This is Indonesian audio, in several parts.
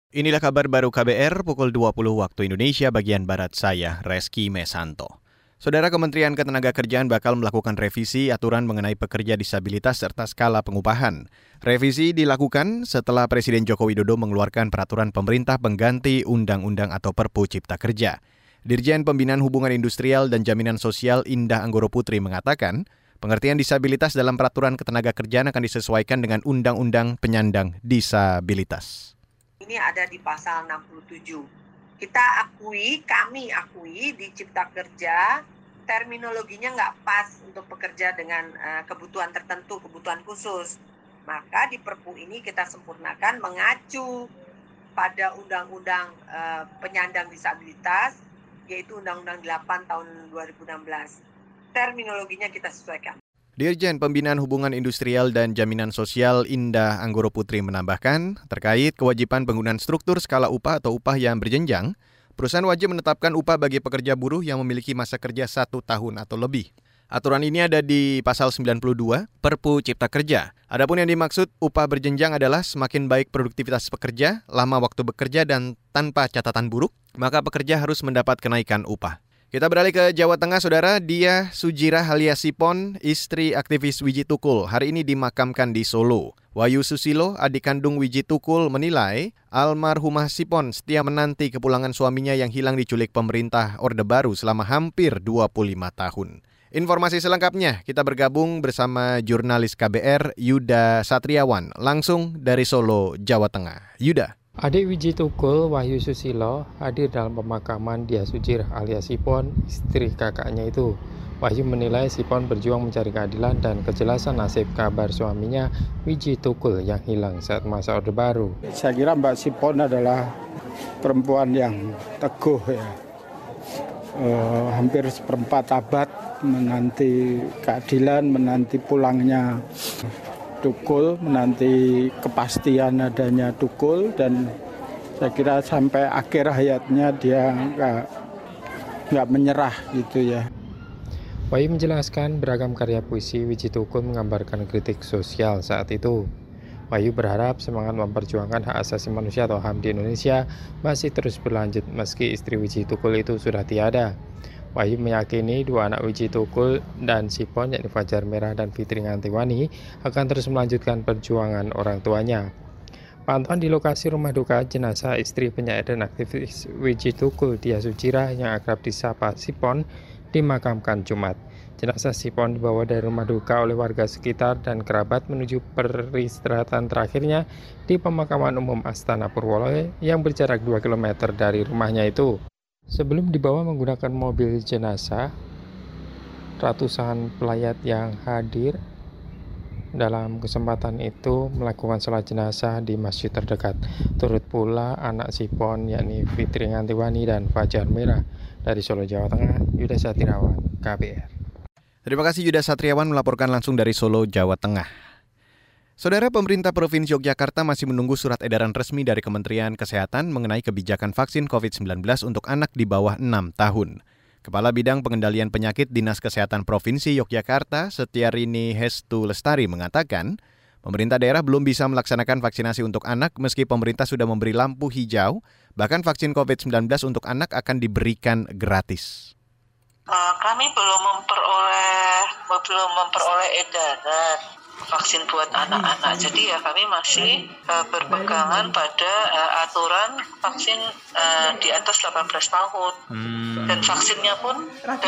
Inilah kabar baru KBR pukul 20 waktu Indonesia bagian Barat, saya Reski Mesanto. Saudara, Kementerian Ketenagakerjaan bakal melakukan revisi aturan mengenai pekerja disabilitas serta skala pengupahan. Revisi dilakukan setelah Presiden Joko Widodo mengeluarkan peraturan pemerintah pengganti Undang-Undang atau Perpu Cipta Kerja. Dirjen Pembinaan Hubungan Industrial dan Jaminan Sosial Indah Anggoro Putri mengatakan, pengertian disabilitas dalam peraturan ketenagakerjaan akan disesuaikan dengan Undang-Undang Penyandang Disabilitas. Ini ada di pasal 67. Kami akui di Cipta Kerja terminologinya nggak pas untuk pekerja dengan kebutuhan tertentu, kebutuhan khusus. Maka di Perpu ini kita sempurnakan mengacu pada Undang-Undang Penyandang Disabilitas, yaitu Undang-Undang 8 tahun 2016. Terminologinya kita sesuaikan. Dirjen Pembinaan Hubungan Industrial dan Jaminan Sosial Indah Anggoro Putri menambahkan, terkait kewajiban penggunaan struktur skala upah atau upah yang berjenjang, perusahaan wajib menetapkan upah bagi pekerja buruh yang memiliki masa kerja 1 tahun atau lebih. Aturan ini ada di pasal 92 Perpu Cipta Kerja. Adapun yang dimaksud upah berjenjang adalah semakin baik produktivitas pekerja, lama waktu bekerja dan tanpa catatan buruk, maka pekerja harus mendapat kenaikan upah. Kita beralih ke Jawa Tengah, Saudara. Diah Sujirah alias Sipon, istri aktivis Wiji Tukul, hari ini dimakamkan di Solo. Wahyu Susilo, adik kandung Wiji Tukul, menilai almarhumah Sipon setia menanti kepulangan suaminya yang hilang diculik pemerintah Orde Baru selama hampir 25 tahun. Informasi selengkapnya kita bergabung bersama jurnalis KBR Yuda Satriawan, langsung dari Solo, Jawa Tengah. Yuda. Adik Wiji Tukul, Wahyu Susilo, hadir dalam pemakaman Diah Sujirah alias Sipon, istri kakaknya itu. Wahyu menilai Sipon berjuang mencari keadilan dan kejelasan nasib kabar suaminya Wiji Tukul yang hilang saat masa Orde Baru. Saya kira Mbak Sipon adalah perempuan yang teguh ya. Hampir seperempat abad menanti keadilan, menanti pulangnya Tukul, menanti kepastian adanya Tukul, dan saya kira sampai akhir hayatnya dia nggak menyerah gitu ya. Wahyu menjelaskan beragam karya puisi Wiji Tukul menggambarkan kritik sosial saat itu. Wahyu berharap semangat memperjuangkan hak asasi manusia atau HAM di Indonesia masih terus berlanjut meski istri Wiji Tukul itu sudah tiada. Wahyu meyakini dua anak Wiji Tukul dan Sipon, yakni Fajar Merah dan Fitri Ngantiwani, akan terus melanjutkan perjuangan orang tuanya. Pantauan di lokasi rumah duka jenazah istri penyair dan aktivis Wiji Tukul, Diah Sujirah yang akrab disapa Sipon, dimakamkan Jumat. Jenazah Sipon dibawa dari rumah duka oleh warga sekitar dan kerabat menuju peristirahatan terakhirnya di pemakaman umum Astana Purwolo yang berjarak 2 km dari rumahnya itu. Sebelum dibawa menggunakan mobil jenazah, ratusan pelayat yang hadir dalam kesempatan itu melakukan sholat jenazah di masjid terdekat. Turut pula anak Sipon, yakni Fitri Ngantiwani dan Fajar Merah. Dari Solo, Jawa Tengah, Yuda Satriawan, KBR. Terima kasih Yuda Satriawan melaporkan langsung dari Solo, Jawa Tengah. Saudara, pemerintah Provinsi Yogyakarta masih menunggu surat edaran resmi dari Kementerian Kesehatan mengenai kebijakan vaksin COVID-19 untuk anak di bawah 6 tahun. Kepala Bidang Pengendalian Penyakit Dinas Kesehatan Provinsi Yogyakarta, Setiarini Hestu Lestari mengatakan, pemerintah daerah belum bisa melaksanakan vaksinasi untuk anak meski pemerintah sudah memberi lampu hijau, bahkan vaksin COVID-19 untuk anak akan diberikan gratis. Kami belum memperoleh edaran vaksin buat anak-anak. Jadi ya kami masih berpegangan pada aturan vaksin di atas 18 tahun. Dan vaksinnya pun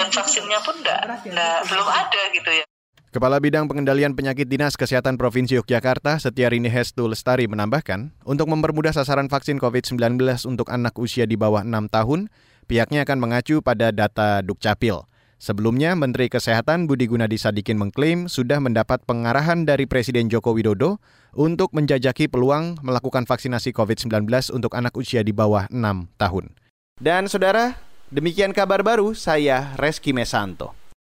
belum ada gitu ya. Kepala Bidang Pengendalian Penyakit Dinas Kesehatan Provinsi Yogyakarta, Setiarini Hestu Lestari menambahkan, untuk mempermudah sasaran vaksin COVID-19 untuk anak usia di bawah 6 tahun, pihaknya akan mengacu pada data Dukcapil. Sebelumnya, Menteri Kesehatan Budi Gunadi Sadikin mengklaim sudah mendapat pengarahan dari Presiden Joko Widodo untuk menjajaki peluang melakukan vaksinasi COVID-19 untuk anak usia di bawah 6 tahun. Dan saudara, demikian kabar baru, saya Reski Mesanto.